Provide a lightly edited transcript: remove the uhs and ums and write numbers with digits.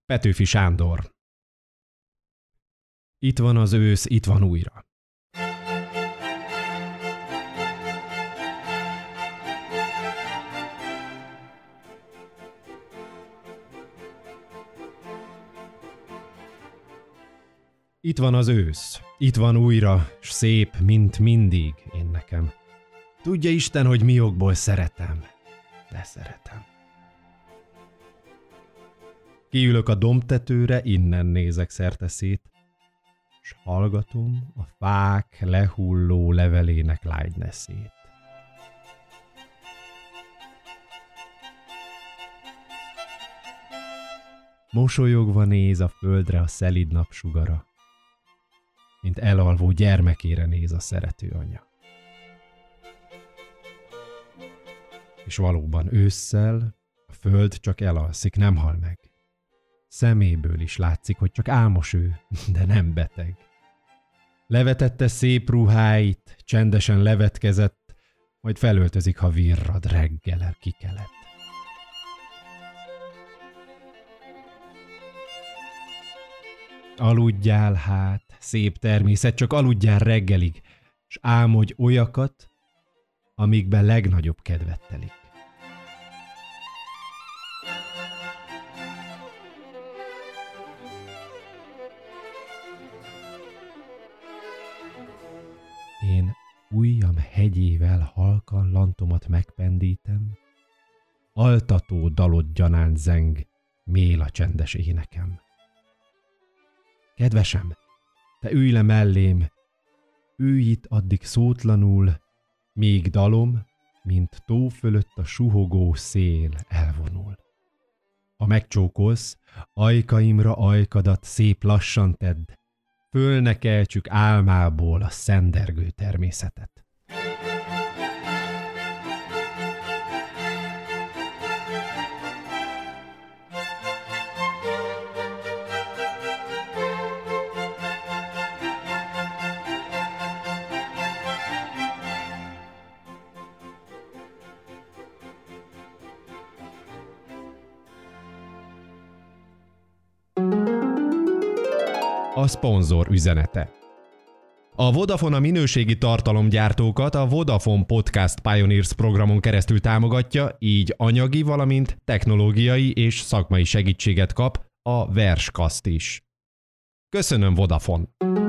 Petőfi Sándor. Itt van az ősz, itt van újra. Itt van az ősz, itt van újra, s szép, mint mindig én nekem. Tudja Isten, hogy mi okból szeretem, de szeretem. Kiülök a dombtetőre, innen nézek szerteszét, s hallgatom a fák lehulló levelének lágyneszét. Mosolyogva néz a földre a szelíd napsugara, mint elalvó gyermekére néz a szerető anya. És valóban ősszel a föld csak elalszik, nem hal meg. Szeméből is látszik, hogy csak álmos ő, de nem beteg. Levetette szép ruháit, csendesen levetkezett, majd felöltözik, ha virrad reggel kikelet. Aludjál hát, szép természet, csak aludjál reggelig, s álmodj olyakat, amikben legnagyobb kedvet telik. Én ujjam hegyével halkan lantomat megpendítem, altató dalot gyanánt zeng, mél a csendes énekem. Kedvesem, te ülj le mellém, ülj itt addig szótlanul, míg dalom, mint tó fölött a suhogó szél elvonul. Ha megcsókolsz, ajkaimra ajkadat szép lassan tedd, föl ne keltsük álmából a szendergő természetet. A szponzor üzenete. A Vodafone a minőségi tartalomgyártókat a Vodafone Podcast Pioneers programon keresztül támogatja, így anyagi, valamint technológiai és szakmai segítséget kap a Verskast is. Köszönöm, Vodafone!